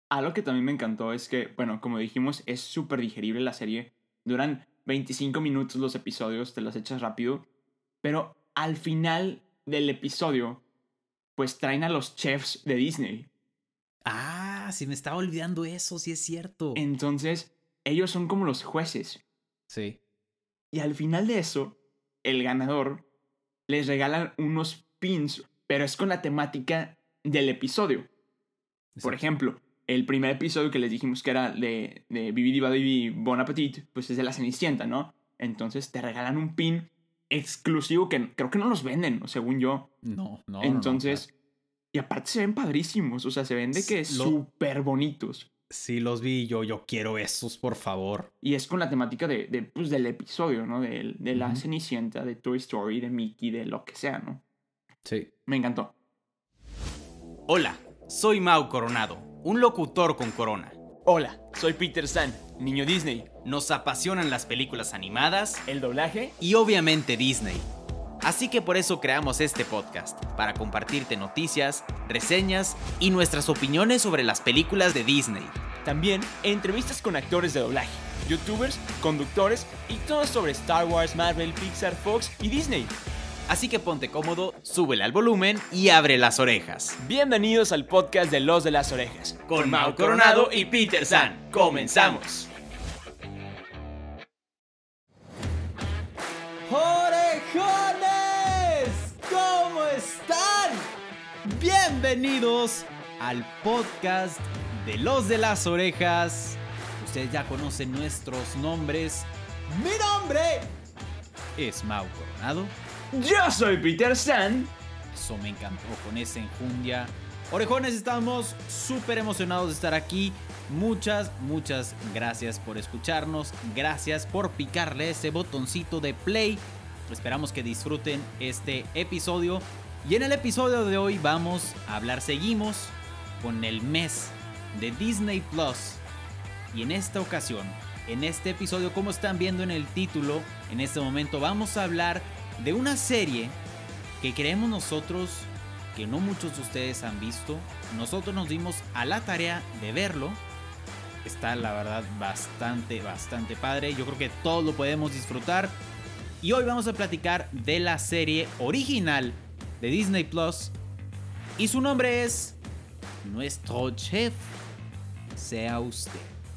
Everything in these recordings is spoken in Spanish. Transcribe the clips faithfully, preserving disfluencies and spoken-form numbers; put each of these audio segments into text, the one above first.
Algo que también me encantó es que, bueno, como dijimos, es súper digerible la serie. Duran veinticinco minutos los episodios, te los echas rápido. Pero al final del episodio, pues traen a los chefs de Disney. Ah, sí me estaba olvidando eso, sí es cierto. Entonces, ellos son como los jueces. Sí. Y al final de eso, el ganador les regalan unos pins, pero es con la temática del episodio. Exacto. Por ejemplo, el primer episodio que les dijimos que era de, de Bibidi Babibi Bon Appetit, pues es de la Cenicienta, ¿no? Entonces te regalan un pin exclusivo que creo que no los venden, según yo. No, no, Entonces, no, no, y aparte se ven padrísimos, o sea, se ven de que Lo... súper bonitos. Sí, los vi yo, yo quiero esos, por favor. Y es con la temática de, de, pues, del episodio, ¿no? De, de la uh-huh. Cenicienta, de Toy Story, de Mickey, de lo que sea, ¿no? Sí. Me encantó. Hola, soy Mau Coronado, un locutor con corona. Hola, soy Peter San, niño Disney. Nos apasionan las películas animadas, el doblaje y obviamente Disney. Así que por eso creamos este podcast, para compartirte noticias, reseñas y nuestras opiniones sobre las películas de Disney. También entrevistas con actores de doblaje, youtubers, conductores y todo sobre Star Wars, Marvel, Pixar, Fox y Disney. Así que ponte cómodo, súbele al volumen y abre las orejas. Bienvenidos al podcast de Los de las Orejas, con Mau Coronado y Peter San. ¡Comenzamos! ¡Orejones! ¿Cómo están? Bienvenidos al podcast de Los de las Orejas. Ustedes ya conocen nuestros nombres. Mi nombre es Mau Coronado. Yo soy Peter San. Eso me encantó con esa enjundia. Orejones, estamos súper emocionados de estar aquí. Muchas, muchas gracias por escucharnos. Gracias por picarle ese botoncito de play. Esperamos que disfruten este episodio. Y en el episodio de hoy vamos a hablar, seguimos con el mes de Disney Plus. Y en esta ocasión, en este episodio, como están viendo en el título, en este momento vamos a hablar de una serie que creemos nosotros que no muchos de ustedes han visto. Nosotros nos dimos a la tarea de verlo. Está la verdad bastante, bastante padre. Yo creo que todos lo podemos disfrutar. Y hoy vamos a platicar de la serie original de Disney Plus. Y su nombre es Nuestro Chef Sea Usted.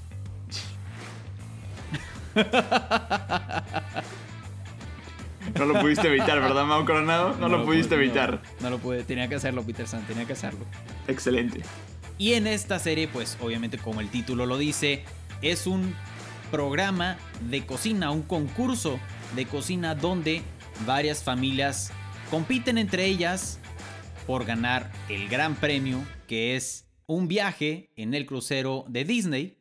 No lo pudiste evitar, ¿verdad, Mau Coronado? No, no lo, lo pudiste pude, evitar. No, no lo pude, tenía que hacerlo, Peter San, tenía que hacerlo. Excelente. Y en esta serie, pues obviamente como el título lo dice, es un programa de cocina, un concurso de cocina donde varias familias compiten entre ellas por ganar el gran premio, que es un viaje en el crucero de Disney,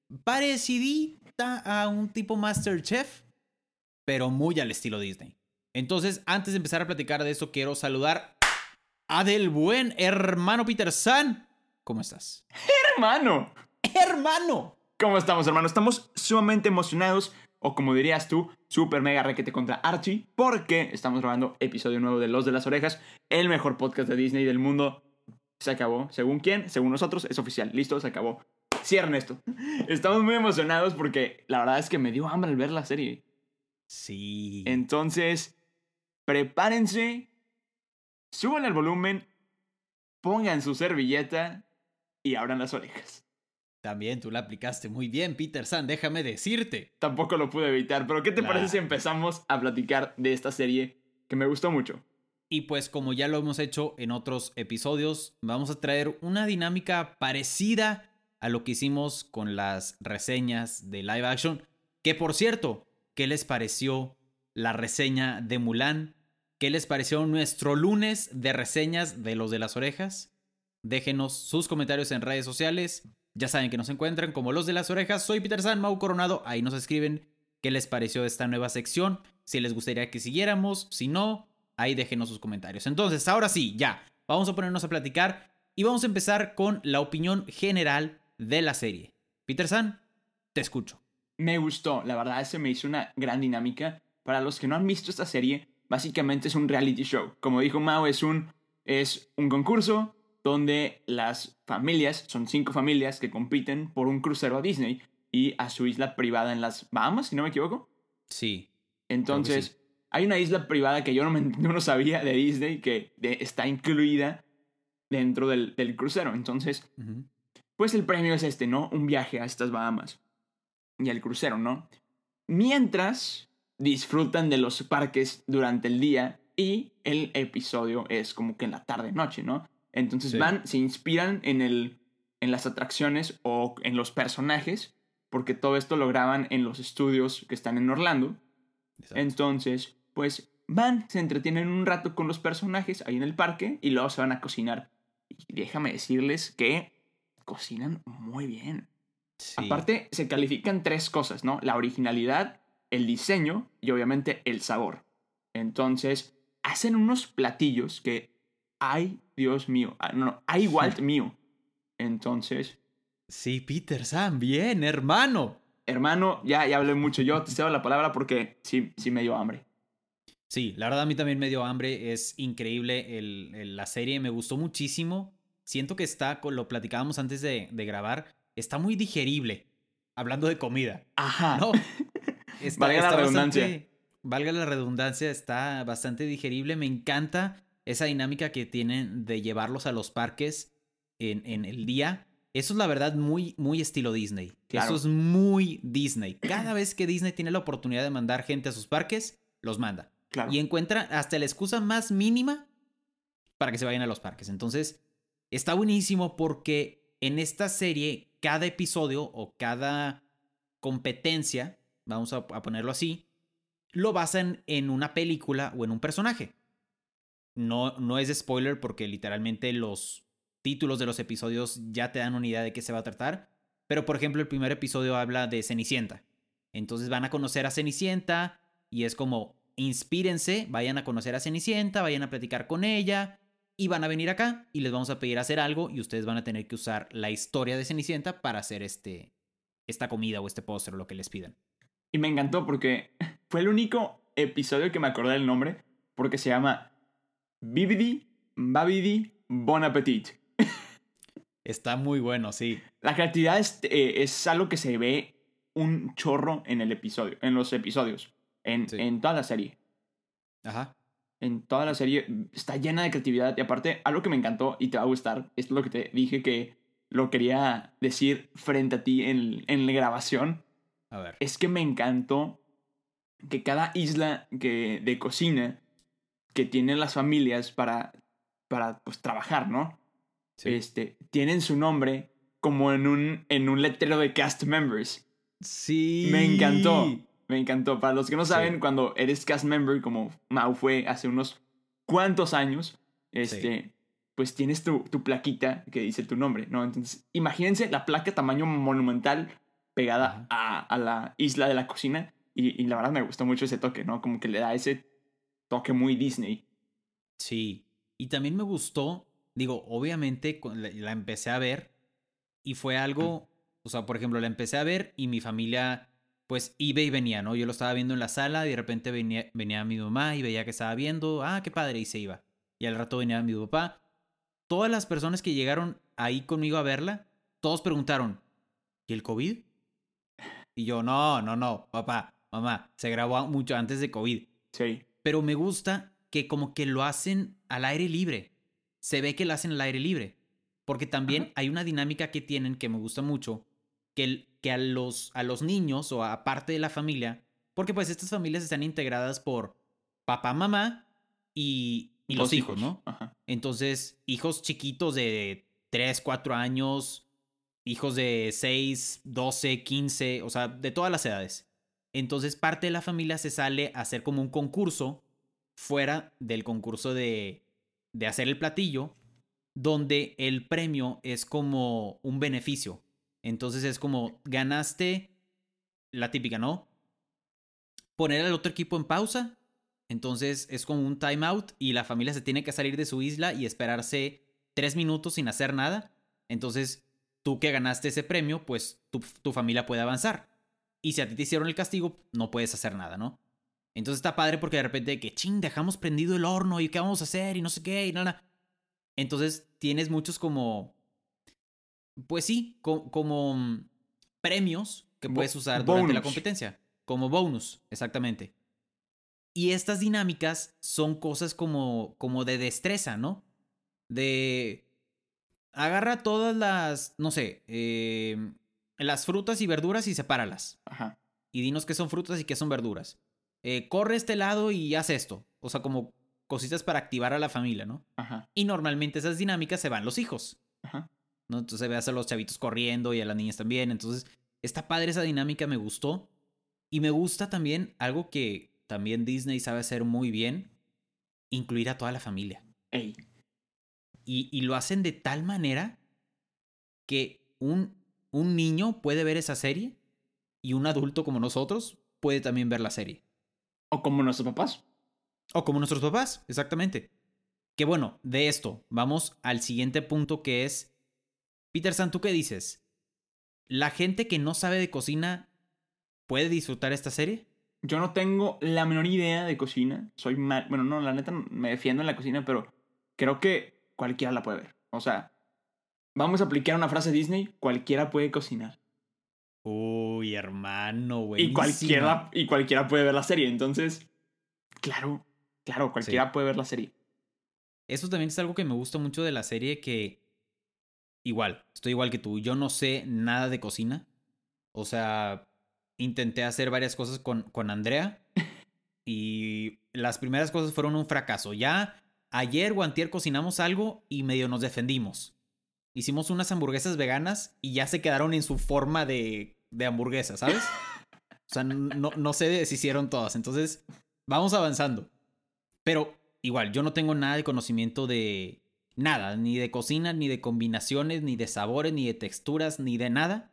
parecidita a un tipo MasterChef, pero muy al estilo Disney. Entonces, antes de empezar a platicar de eso, quiero saludar a del buen hermano Peter San. ¿Cómo estás? ¡Hermano! ¡Hermano! ¿Cómo estamos, hermano? Estamos sumamente emocionados, o como dirías tú, super mega requete contra Archie, porque estamos grabando episodio nuevo de Los de las Orejas, el mejor podcast de Disney del mundo. Se acabó. ¿Según quién? Según nosotros, es oficial. Listo, se acabó. Cierren esto. Estamos muy emocionados porque la verdad es que me dio hambre al ver la serie. Sí. Entonces, prepárense, suban el volumen, pongan su servilleta y abran las orejas. También tú la aplicaste muy bien, Peter San, déjame decirte. Tampoco lo pude evitar, pero ¿qué te claro. parece si empezamos a platicar de esta serie que me gustó mucho? Y pues como ya lo hemos hecho en otros episodios, vamos a traer una dinámica parecida a lo que hicimos con las reseñas de live action. Que por cierto, ¿qué les pareció la reseña de Mulan? ¿Qué les pareció nuestro lunes de reseñas de Los de las Orejas? Déjenos sus comentarios en redes sociales. Ya saben que nos encuentran como Los de las Orejas. Soy Peter San, Mau Coronado. Ahí nos escriben qué les pareció esta nueva sección. Si les gustaría que siguiéramos. Si no, ahí déjenos sus comentarios. Entonces, ahora sí, ya. Vamos a ponernos a platicar. Y vamos a empezar con la opinión general de la serie. Peter San, te escucho. Me gustó. La verdad, se me hizo una gran dinámica. Para los que no han visto esta serie, básicamente es un reality show. Como dijo Mau, es un, es un concurso, donde las familias, son cinco familias que compiten por un crucero a Disney y a su isla privada en las Bahamas, si no me equivoco. Sí. Entonces, sí. hay una isla privada que yo no, me, yo no sabía de Disney que de, está incluida dentro del, del crucero. Entonces, uh-huh. pues el premio es este, ¿no? Un viaje a estas Bahamas y el crucero, ¿no? Mientras disfrutan de los parques durante el día y el episodio es como que en la tarde-noche, ¿no? Entonces sí. van, se inspiran en, el, en las atracciones o en los personajes, porque todo esto lo graban en los estudios que están en Orlando. Exacto. Entonces, pues van, se entretienen un rato con los personajes ahí en el parque y luego se van a cocinar. Y déjame decirles que cocinan muy bien. Sí. Aparte, se califican tres cosas, ¿no? La originalidad, el diseño y obviamente el sabor. Entonces, hacen unos platillos que, ay, Dios mío, no, no, ay, Walt mío. Entonces... Sí, Peter San, bien, hermano. Hermano, ya, ya hablé mucho yo, te cedo la palabra porque sí, sí me dio hambre. Sí, la verdad a mí también me dio hambre, es increíble el, el, la serie, me gustó muchísimo. Siento que está, lo platicábamos antes de, de grabar, está muy digerible, hablando de comida. Ajá. ¿No? Está, valga está la redundancia. Bastante, valga la redundancia, está bastante digerible. Me encanta esa dinámica que tienen de llevarlos a los parques en, en el día. Eso es la verdad muy, muy estilo Disney. Claro. Eso es muy Disney. Cada vez que Disney tiene la oportunidad de mandar gente a sus parques, los manda. Claro. Y encuentra hasta la excusa más mínima para que se vayan a los parques. Entonces, está buenísimo porque en esta serie, cada episodio o cada competencia, vamos a, a ponerlo así, lo basan en una película o en un personaje. No, no es spoiler porque literalmente los títulos de los episodios ya te dan una idea de qué se va a tratar. Pero, por ejemplo, el primer episodio habla de Cenicienta. Entonces van a conocer a Cenicienta y es como, inspírense, vayan a conocer a Cenicienta, vayan a platicar con ella y van a venir acá y les vamos a pedir hacer algo y ustedes van a tener que usar la historia de Cenicienta para hacer este, esta comida o este postre o lo que les pidan. Y me encantó porque fue el único episodio que me acordé del nombre porque se llama Bibidi Babidi Bon Appetit. Está muy bueno, sí. La creatividad es, eh, es algo que se ve un chorro en el episodio, en los episodios, en, sí. en toda la serie. Ajá. En toda la serie está llena de creatividad y aparte, algo que me encantó y te va a gustar, es lo que te dije que lo quería decir frente a ti en, en la grabación. A ver. Es que me encantó que cada isla que, de cocina que tienen las familias para, para pues, trabajar, ¿no? Sí. Este, tienen su nombre como en un, en un letrero de cast members. Sí. Me encantó. Me encantó. Para los que no saben, sí. cuando eres cast member, como Mau fue hace unos cuantos años, este, sí. pues tienes tu, tu plaquita que dice tu nombre, ¿no? Entonces, imagínense la placa tamaño monumental pegada a, a la isla de la cocina. Y, y la verdad me gustó mucho ese toque, ¿no? Como que le da ese toque muy Disney. Sí. Y también me gustó, digo, obviamente la empecé a ver y fue algo, o sea, por ejemplo, la empecé a ver y mi familia pues iba y venía, ¿no? Yo lo estaba viendo en la sala y de repente venía, venía mi mamá y veía que estaba viendo, ah, qué padre, y se iba. Y al rato venía mi papá. Todas las personas que llegaron ahí conmigo a verla, todos preguntaron, ¿y el COVID? Y yo, no, no, no, papá, mamá, se grabó mucho antes de COVID. Sí. Pero me gusta que como que lo hacen al aire libre. Se ve que lo hacen al aire libre. Porque también Ajá. hay una dinámica que tienen que me gusta mucho, que, el, que a, los, a los niños o a parte de la familia, porque pues estas familias están integradas por papá, mamá y, y los, los hijos, hijos, ¿no? Ajá. Entonces, hijos chiquitos de tres, cuatro años, hijos de seis, doce, quince, o sea, de todas las edades. Entonces, parte de la familia se sale a hacer como un concurso fuera del concurso de, de hacer el platillo, donde el premio es como un beneficio. Entonces es como, ganaste la típica, ¿no? Poner al otro equipo en pausa. Entonces es como un timeout y la familia se tiene que salir de su isla y esperarse tres minutos sin hacer nada. Entonces tú que ganaste ese premio, pues tu, tu familia puede avanzar. Y si a ti te hicieron el castigo, no puedes hacer nada, ¿no? Entonces está padre porque de repente que, ching, dejamos prendido el horno y qué vamos a hacer y no sé qué y nada. Entonces tienes muchos como, pues sí, co- como premios que puedes Bo- usar durante la bonus. competencia. Como bonus, exactamente. Y estas dinámicas son cosas como, como de destreza, ¿no? De agarra todas las, no sé, eh, las frutas y verduras y sepáralas. Ajá. Y dinos qué son frutas y qué son verduras. Eh, corre a este lado y haz esto. O sea, como cositas para activar a la familia, ¿no? Ajá. Y normalmente esas dinámicas se van los hijos, Ajá. ¿no? Entonces ves a los chavitos corriendo y a las niñas también. Entonces, está padre esa dinámica, me gustó. Y me gusta también algo que también Disney sabe hacer muy bien, incluir a toda la familia. Ey. Y, y lo hacen de tal manera que un, un niño puede ver esa serie y un adulto como nosotros puede también ver la serie. O como nuestros papás. O como nuestros papás, exactamente. Que bueno, de esto, vamos al siguiente punto que es, Peter San, ¿tú qué dices? ¿La gente que no sabe de cocina puede disfrutar esta serie? Yo no tengo la menor idea de cocina. Soy mal. Bueno, no, la neta me defiendo en la cocina, pero creo que cualquiera la puede ver. O sea, vamos a aplicar una frase Disney: cualquiera puede cocinar. Uy, hermano, Y buenísima. cualquiera, y cualquiera puede ver la serie. Entonces, claro, claro, cualquiera Sí. puede ver la serie. Eso también es algo que me gusta mucho de la serie, que igual, estoy igual que tú, yo no sé nada de cocina. O sea, intenté hacer varias cosas con, con Andrea y las primeras cosas fueron un fracaso. Ya ayer o antier cocinamos algo y medio nos defendimos. Hicimos unas hamburguesas veganas y ya se quedaron en su forma de, de hamburguesa, ¿sabes? O sea, no, no se deshicieron todas. Entonces, vamos avanzando. Pero igual, yo no tengo nada de conocimiento de nada, ni de cocina, ni de combinaciones, ni de sabores, ni de texturas, ni de nada.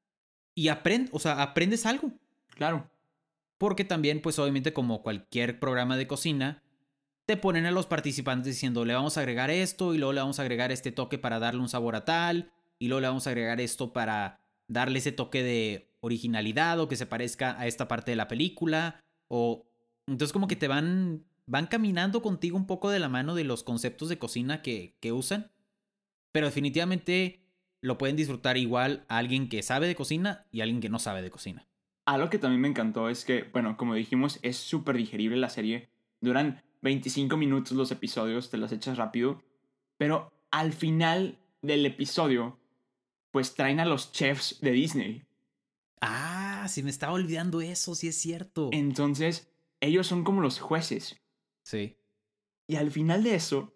Y aprende, o sea, aprendes algo. Claro. Porque también, pues obviamente como cualquier programa de cocina, te ponen a los participantes diciendo, le vamos a agregar esto y luego le vamos a agregar este toque para darle un sabor a tal y luego le vamos a agregar esto para darle ese toque de originalidad o que se parezca a esta parte de la película. O entonces como que te van, van caminando contigo un poco de la mano de los conceptos de cocina que, que usan. Pero definitivamente lo pueden disfrutar igual a alguien que sabe de cocina y a alguien que no sabe de cocina. Algo que también me encantó es que, bueno, como dijimos, es súper digerible la serie. Duran veinticinco minutos los episodios, te los echas rápido. Pero al final del episodio, pues traen a los chefs de Disney. Ah, se me estaba olvidando eso, sí es cierto. Entonces, ellos son como los jueces. Sí. Y al final de eso,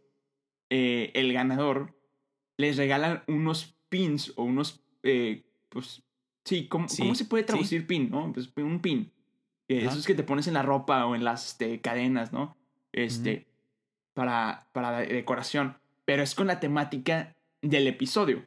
eh, el ganador les regalan unos pins o unos, eh, pues, sí, ¿cómo, Sí, ¿cómo se puede sí. traducir pin, no? Pues un pin. Eh, Ajá. esos que te pones en la ropa o en las este, cadenas, ¿no? Este, para, para decoración. Pero es con la temática del episodio.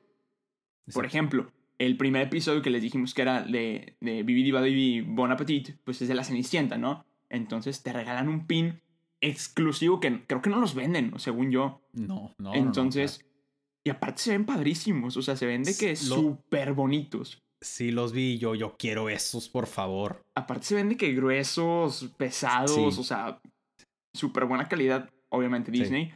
Por Exacto. ejemplo, el primer episodio que les dijimos que era de, de Bibidi Babidi Bon Appetit, pues es de la Cenicienta, ¿no? Entonces te regalan un pin exclusivo que creo que no los venden, según yo. No, no, Entonces, no, no, y aparte se ven padrísimos, o sea, se ven de que S- lo- súper bonitos. sí los vi yo, yo quiero esos, por favor. Aparte se ven de que gruesos, pesados, Sí. o sea, súper buena calidad, obviamente Sí. Disney.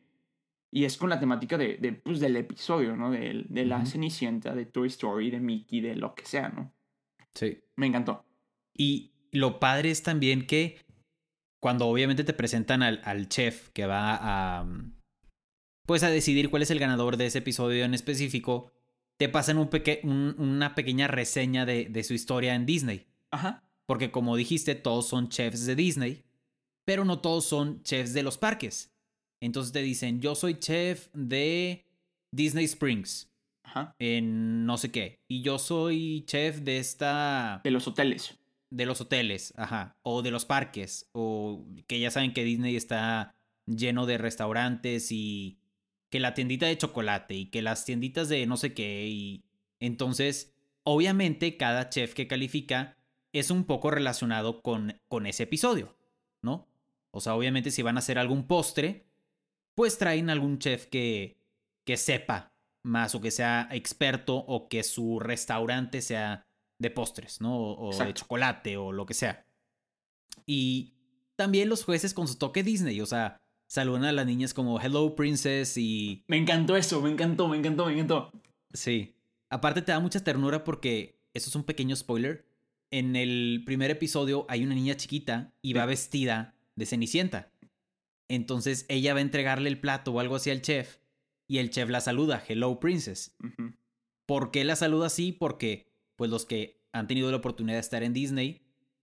Y es con la temática de, de, pues, del episodio, ¿no? De, de la Ujú. Cenicienta, de Toy Story, de Mickey, de lo que sea, ¿no? Sí. Me encantó. Y lo padre es también que cuando obviamente te presentan al, al chef que va a, mm, pues a decidir cuál es el ganador de ese episodio en específico, te pasan un peque- un- una pequeña reseña de, de su historia en Disney. Ajá. Porque como dijiste, todos son chefs de Disney, pero no todos son chefs de los parques. Entonces te dicen, yo soy chef de Disney Springs, Ajá. en no sé qué. Y yo soy chef de esta... De los hoteles. de los hoteles, ajá. O de los parques. O que ya saben que Disney está lleno de restaurantes y que la tiendita de chocolate y que las tienditas de no sé qué. Y entonces, obviamente, cada chef que califica es un poco relacionado con, con ese episodio, ¿no? O sea, obviamente si van a hacer algún postre, pues traen algún chef que, que sepa más o que sea experto o que su restaurante sea de postres, ¿no? O, o de Exacto. chocolate o lo que sea. Y también los jueces con su toque Disney, o sea, saludan a las niñas como Hello Princess y... Me encantó eso, me encantó, me encantó, me encantó. Sí. Aparte te da mucha ternura porque, eso es un pequeño spoiler, en el primer episodio hay una niña chiquita y va vestida de Cenicienta. Entonces ella va a entregarle el plato o algo así al chef y el chef la saluda, Hello Princess. Uh-huh. ¿Por qué la saluda así? Porque pues los que han tenido la oportunidad de estar en Disney,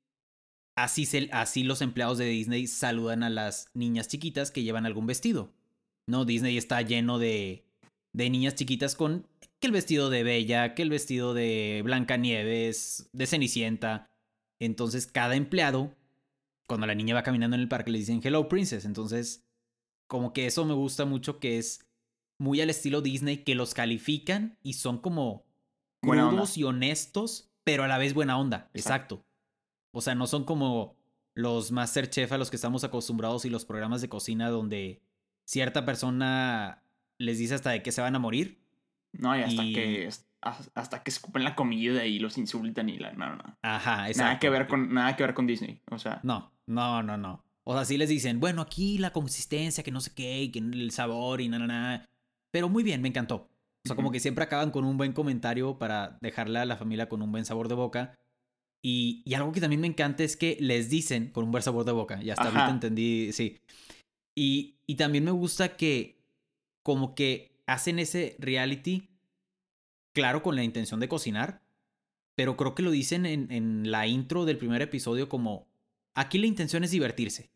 así, se, así los empleados de Disney saludan a las niñas chiquitas que llevan algún vestido. No, Disney está lleno de, de niñas chiquitas con que el vestido de Bella, que el vestido de Blancanieves, de Cenicienta. Entonces cada empleado, cuando la niña va caminando en el parque, le dicen Hello Princess. Entonces como que eso me gusta mucho, que es muy al estilo Disney, que los califican y son como crudos y honestos, pero a la vez buena onda. Exacto. Exacto. O sea, no son como los MasterChef a los que estamos acostumbrados y los programas de cocina donde cierta persona les dice hasta de que se van a morir. No, y hasta y... que hasta que escupen la comida y los insultan y la... No, no. Ajá, exacto. Nada que ver con, nada que ver con Disney, o sea... No, no, no, no. O sea, sí les dicen, bueno, aquí la consistencia, que no sé qué, y que el sabor y nada, nada. Pero muy bien, me encantó. O sea, uh-huh. como que siempre acaban con un buen comentario para dejarle a la familia con un buen sabor de boca. Y, y algo que también me encanta es que les dicen con un buen sabor de boca. Y hasta Ajá. ahorita entendí, sí. Y, y también me gusta que como que hacen ese reality, claro, con la intención de cocinar, pero creo que lo dicen en, en la intro del primer episodio como, aquí la intención es divertirse.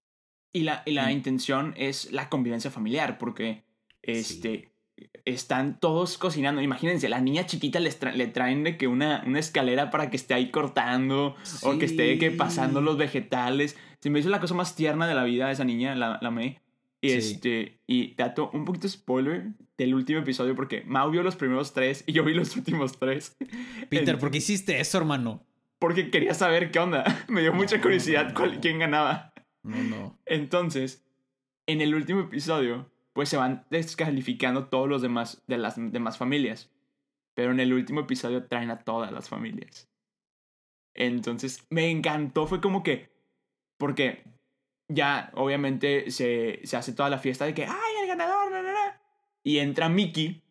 Y la, y la y... intención es la convivencia familiar, porque este... Sí. Están todos cocinando. Imagínense, la niña chiquita les tra- le traen de que una, una escalera para que esté ahí cortando, sí. o que esté de que pasando los vegetales. Se me hizo la cosa más tierna de la vida de esa niña, la, la May. Y sí. este, y dato, un poquito spoiler del último episodio, porque Mau vio los primeros tres y yo vi los últimos tres. Peter, Entonces, ¿por qué hiciste eso, hermano? Porque quería saber qué onda. Me dio no, mucha curiosidad no, no, cuál, no. quién ganaba. No, no. Entonces, en el último episodio, pues se van descalificando todos los demás de las demás familias. Pero en el último episodio traen a todas las familias. Entonces, me encantó. Fue como que... Porque ya, obviamente, se, se hace toda la fiesta de que ¡ay, el ganador! Na, na, na. Y entra Mickey.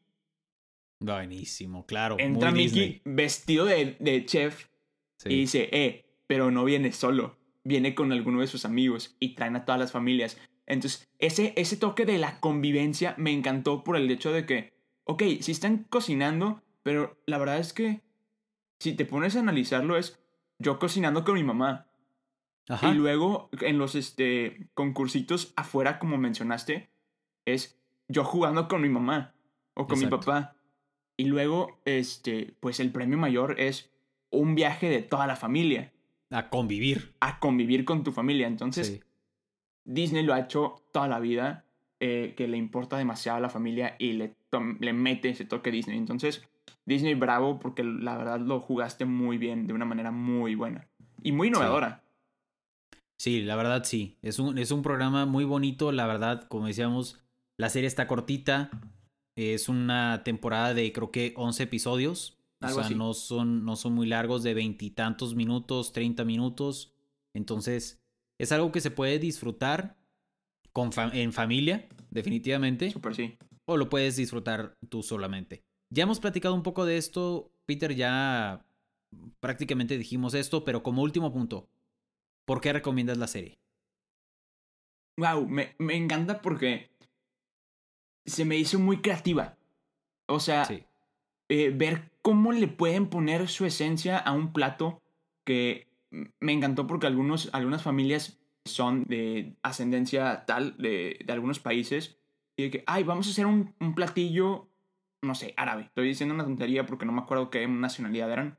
Buenísimo, claro. Entra muy Mickey Disney. vestido de, de chef. Sí. Y dice, eh, pero no viene solo. Viene con alguno de sus amigos. Y traen a todas las familias. Entonces, ese, ese toque de la convivencia me encantó por el hecho de que, ok, sí están cocinando, pero la verdad es que si te pones a analizarlo es yo cocinando con mi mamá. Ajá. Y luego en los este, concursitos afuera, como mencionaste, es yo jugando con mi mamá o con Exacto. mi papá. Y luego, este, pues el premio mayor es un viaje de toda la familia. A convivir. A convivir con tu familia. Entonces... Sí. Disney lo ha hecho toda la vida, eh, que le importa demasiado a la familia y le, to- le mete ese toque Disney. Entonces, Disney bravo porque la verdad lo jugaste muy bien, de una manera muy buena y muy innovadora. Sí, sí la verdad sí. Es un, es un programa muy bonito, la verdad, como decíamos, la serie está cortita. Es una temporada de creo que once episodios. Algo o sea, así. no son, no son muy largos, de veintitantos minutos, treinta minutos. Entonces... es algo que se puede disfrutar con fa- en familia, definitivamente. Súper sí. O lo puedes disfrutar tú solamente. Ya hemos platicado un poco de esto, Peter, ya prácticamente dijimos esto, pero como último punto, ¿por qué recomiendas la serie? Wow, me, me encanta porque se me hizo muy creativa. O sea, sí. eh, ver cómo le pueden poner su esencia a un plato que... Me encantó porque algunos, algunas familias son de ascendencia tal de, de algunos países y de que, ay, vamos a hacer un, un platillo, no sé, árabe. Estoy diciendo una tontería porque no me acuerdo qué nacionalidad eran.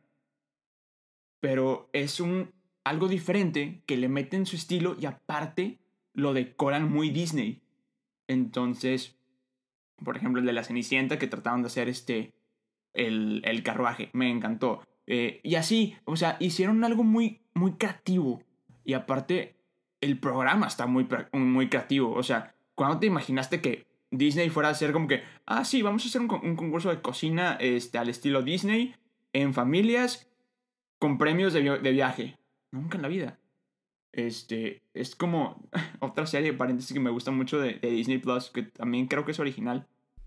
Pero es un algo diferente que le meten su estilo y aparte lo decoran muy Disney. Entonces, por ejemplo, el de la Cenicienta que trataban de hacer este, el, el carruaje, me encantó. Eh, y así, o sea, hicieron algo muy, muy creativo. Y aparte, el programa está muy, muy creativo. O sea, ¿cuándo te imaginaste que Disney fuera a hacer como que, ah, sí, vamos a hacer un, un concurso de cocina este, al estilo Disney, en familias, con premios de, de viaje? Nunca en la vida. Este, es como otra serie, paréntesis, que me gusta mucho de, de Disney Plus, que también creo que es original.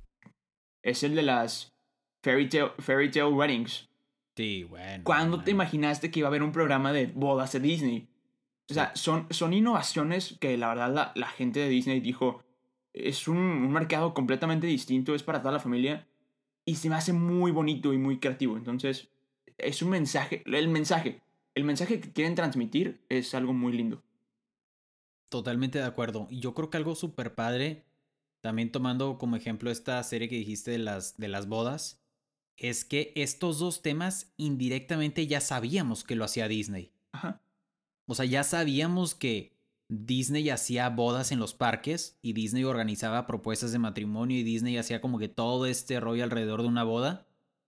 Es el de las Fairy Tale, Fairy Tale Weddings. Sí, bueno. ¿Cuándo bueno. te imaginaste que iba a haber un programa de bodas de Disney? O sea, son, son innovaciones que la verdad la, la gente de Disney dijo, es un, un mercado completamente distinto, es para toda la familia, y se me hace muy bonito y muy creativo. Entonces, es un mensaje, el mensaje, el mensaje que quieren transmitir es algo muy lindo. Totalmente de acuerdo. Y yo creo que algo súper padre, también tomando como ejemplo esta serie que dijiste de las, de las bodas, es que estos dos temas indirectamente ya sabíamos que lo hacía Disney. Ajá. O sea, ya sabíamos que Disney hacía bodas en los parques y Disney organizaba propuestas de matrimonio y Disney hacía como que todo este rollo alrededor de una boda.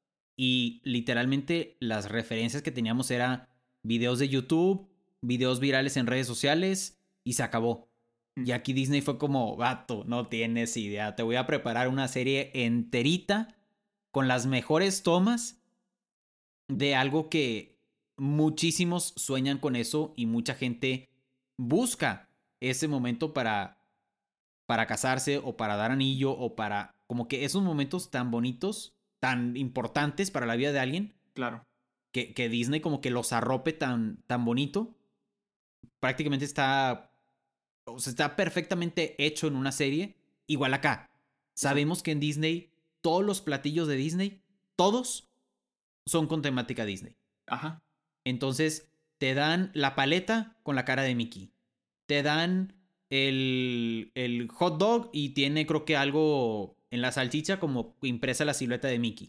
Y literalmente las referencias que teníamos eran videos de YouTube, videos virales en redes sociales y se acabó. Y aquí Disney fue como, vato, no tienes idea, te voy a preparar una serie enterita con las mejores tomas de algo que muchísimos sueñan con eso y mucha gente busca ese momento para, para casarse o para dar anillo o para como que esos momentos tan bonitos, tan importantes para la vida de alguien. Claro. Que, que Disney como que los arrope tan, tan bonito. Prácticamente está, o sea, está perfectamente hecho en una serie. Igual acá. Sabemos que en Disney todos los platillos de Disney, todos son con temática Disney. Ajá. Entonces, te dan la paleta con la cara de Mickey. Te dan el, el hot dog y tiene, creo que algo en la salchicha como impresa la silueta de Mickey.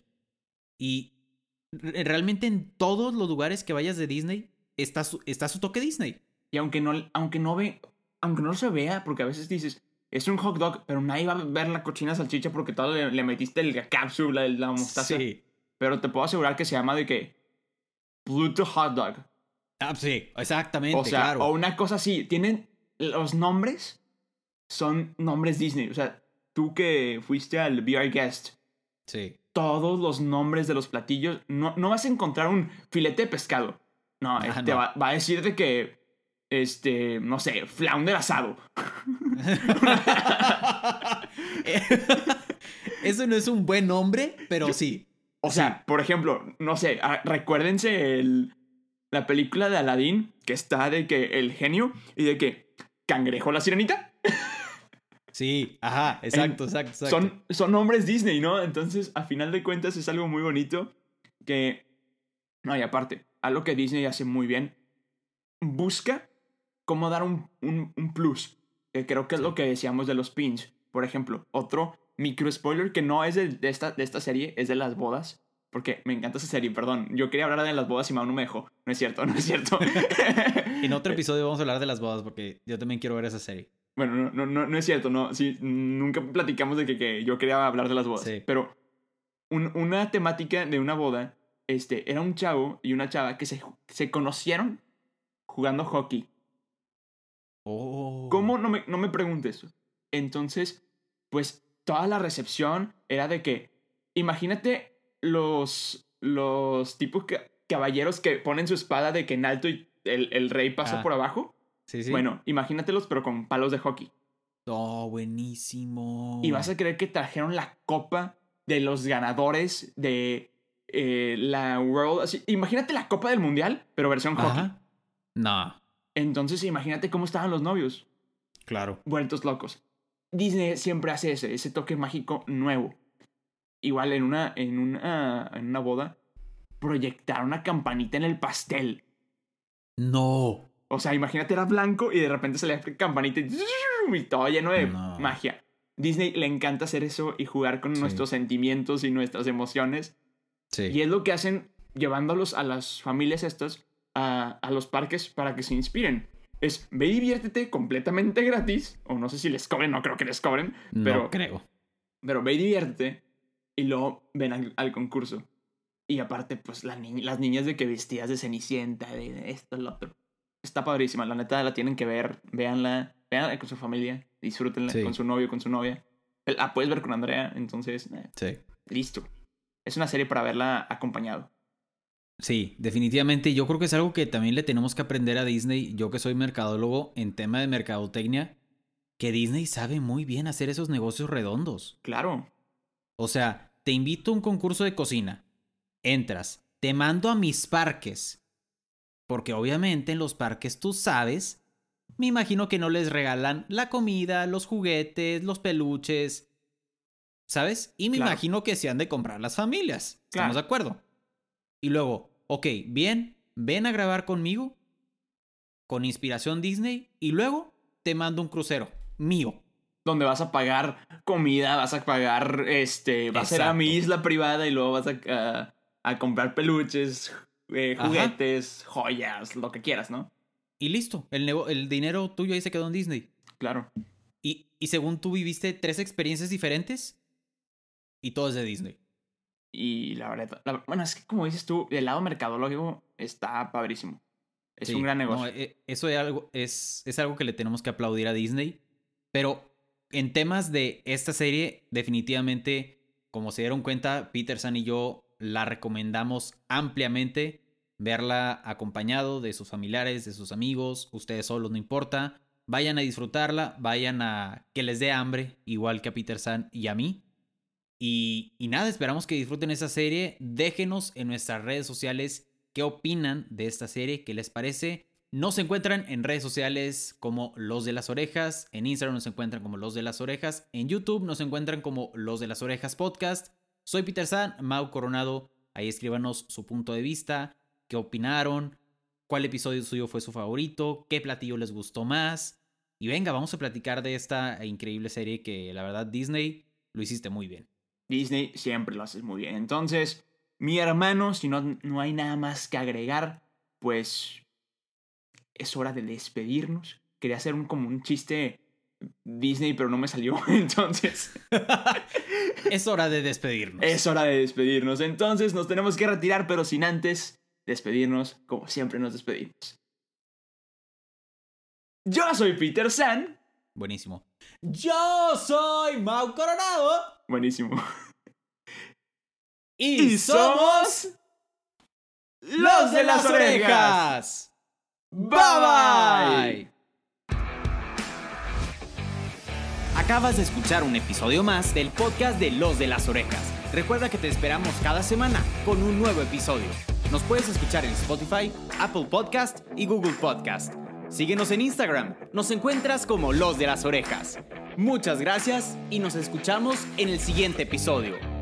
Y realmente en todos los lugares que vayas de Disney está su, está su toque Disney. Y aunque no, aunque no ve, aunque no se vea, porque a veces dices, es un hot dog, pero nadie va a ver la cochina salchicha porque todo le, le metiste la cápsula, la mostaza. Sí. Pero te puedo asegurar que se llama de que Pluto Hot Dog. Ah, sí, exactamente, O sea, claro. o una cosa así. Tienen los nombres, son nombres Disney. O sea, tú que fuiste al Be Our Guest. Sí. Todos los nombres de los platillos. No, no vas a encontrar un filete de pescado. No, Ah, te no. Va, va a decir de que, este, no sé, flounder asado. Eso no es un buen nombre, pero Yo- sí. O sea, por ejemplo, no sé, ah, recuérdense el, la película de Aladdin, que está de que el genio y de que cangrejo la sirenita. Sí, ajá, exacto, En- exacto, exacto. Son, son nombres Disney, ¿no? Entonces, a final de cuentas, es algo muy bonito que... No, y aparte, algo que Disney hace muy bien, busca cómo dar un, un, un plus, que creo que es Sí. lo que decíamos de los pins. Por ejemplo, otro micro spoiler que no es de, de, esta, de esta serie, es de las bodas. Porque me encanta esa serie, perdón. Yo quería hablar de las bodas y Mau no me dejó. No es cierto, no es cierto. En otro episodio vamos a hablar de las bodas porque yo también quiero ver esa serie. Bueno, no, no, no, no es cierto, no. Sí, nunca platicamos de que, que yo quería hablar de las bodas. Sí. Pero un, una temática de una boda, este, era un chavo y una chava que se, se conocieron jugando hockey. Oh. ¿Cómo? No me, no me preguntes. Entonces, pues toda la recepción era de que, imagínate los, los tipos que, caballeros que ponen su espada de que en alto y el, el rey pasa Ah. por abajo. Sí, sí. Bueno, imagínatelos pero con palos de hockey. Oh, buenísimo. Y vas a creer que trajeron la copa de los ganadores de eh, la World... Así, imagínate la copa del mundial, pero versión hockey. Ajá. No, Entonces imagínate cómo estaban los novios. claro. Vueltos locos. Disney siempre hace ese, ese toque mágico nuevo. Igual en una, en una, en una boda, proyectar una campanita en el pastel. No. O sea, imagínate, era blanco y de repente salía campanita y, y todo lleno de No. magia. Disney le encanta hacer eso y jugar con Sí. nuestros sentimientos y nuestras emociones. Sí. Y es lo que hacen llevándolos a las familias estas a, a los parques para que se inspiren. Es ve y diviértete completamente gratis. O no sé si les cobren, no creo que les cobren. No Pero, creo. pero ve y diviértete y luego ven al, al concurso. Y aparte, pues la ni- las niñas de que vestidas de Cenicienta, de esto, lo otro. Está padrísima, la neta la tienen que ver. Véanla, véanla con su familia, disfrútenla Sí. con su novio, con su novia. La puedes ver con Andrea, entonces, eh, Sí. listo. Es una serie para verla acompañado. Sí, definitivamente. Yo creo que es algo que también le tenemos que aprender a Disney. Yo que soy mercadólogo en tema de mercadotecnia, que Disney sabe muy bien hacer esos negocios redondos. Claro. O sea, te invito a un concurso de cocina. Entras, te mando a mis parques. Porque obviamente en los parques tú sabes, me imagino que no les regalan la comida, los juguetes, los peluches, ¿sabes? Y me Claro. imagino que se han de comprar las familias. ¿Estamos Claro. de acuerdo? Y luego, ok, bien, ven a grabar conmigo, con inspiración Disney, y luego te mando un crucero mío. Donde vas a pagar comida, vas a pagar, este, vas a ir a mi Exacto. isla privada y luego vas a, a, a comprar peluches, eh, Ajá. juguetes, joyas, lo que quieras, ¿no? Y listo, el, nego- el dinero tuyo ahí se quedó en Disney. Claro. Y, y según tú viviste tres experiencias diferentes, y todo es de Disney. Y la verdad, la- bueno, es que como dices tú, el lado mercadológico está padrísimo. Es Sí, un gran negocio. no, eh, eso es algo, es, es algo que le tenemos que aplaudir a Disney. Pero en temas de esta serie, definitivamente, como se dieron cuenta, Peter San y yo la recomendamos ampliamente. Verla acompañado de sus familiares, de sus amigos, ustedes solos, no importa. Vayan a disfrutarla, vayan a que les dé hambre, igual que a Peter San y a mí. Y, y nada, esperamos que disfruten esta serie. Déjenos en nuestras redes sociales qué opinan de esta serie, qué les parece. Nos encuentran en redes sociales como Los de las Orejas. En Instagram nos encuentran como Los de las Orejas. En YouTube nos encuentran como Los de las Orejas Podcast. Soy Peter San, Mau Coronado. Ahí escríbanos su punto de vista, qué opinaron, cuál episodio suyo fue su favorito, qué platillo les gustó más. Y venga, vamos a platicar de esta increíble serie que la verdad Disney lo hiciste muy bien. Disney siempre lo haces muy bien. Entonces, mi hermano, si no, no hay nada más que agregar, pues es hora de despedirnos. Quería hacer un, como un chiste Disney, pero no me salió. Entonces, Es hora de despedirnos. es hora de despedirnos. Entonces, nos tenemos que retirar, pero sin antes despedirnos como siempre nos despedimos. Yo soy Peter San. Buenísimo. Yo soy Mau Coronado. Buenísimo. Y, Y somos los de las orejas. Bye bye. Acabas de escuchar un episodio más del podcast de Los de las Orejas. Recuerda que te esperamos cada semana con un nuevo episodio. Nos puedes escuchar en Spotify, Apple Podcast y Google Podcast. Síguenos en Instagram, nos encuentras como Los de las Orejas. Muchas gracias y nos escuchamos en el siguiente episodio.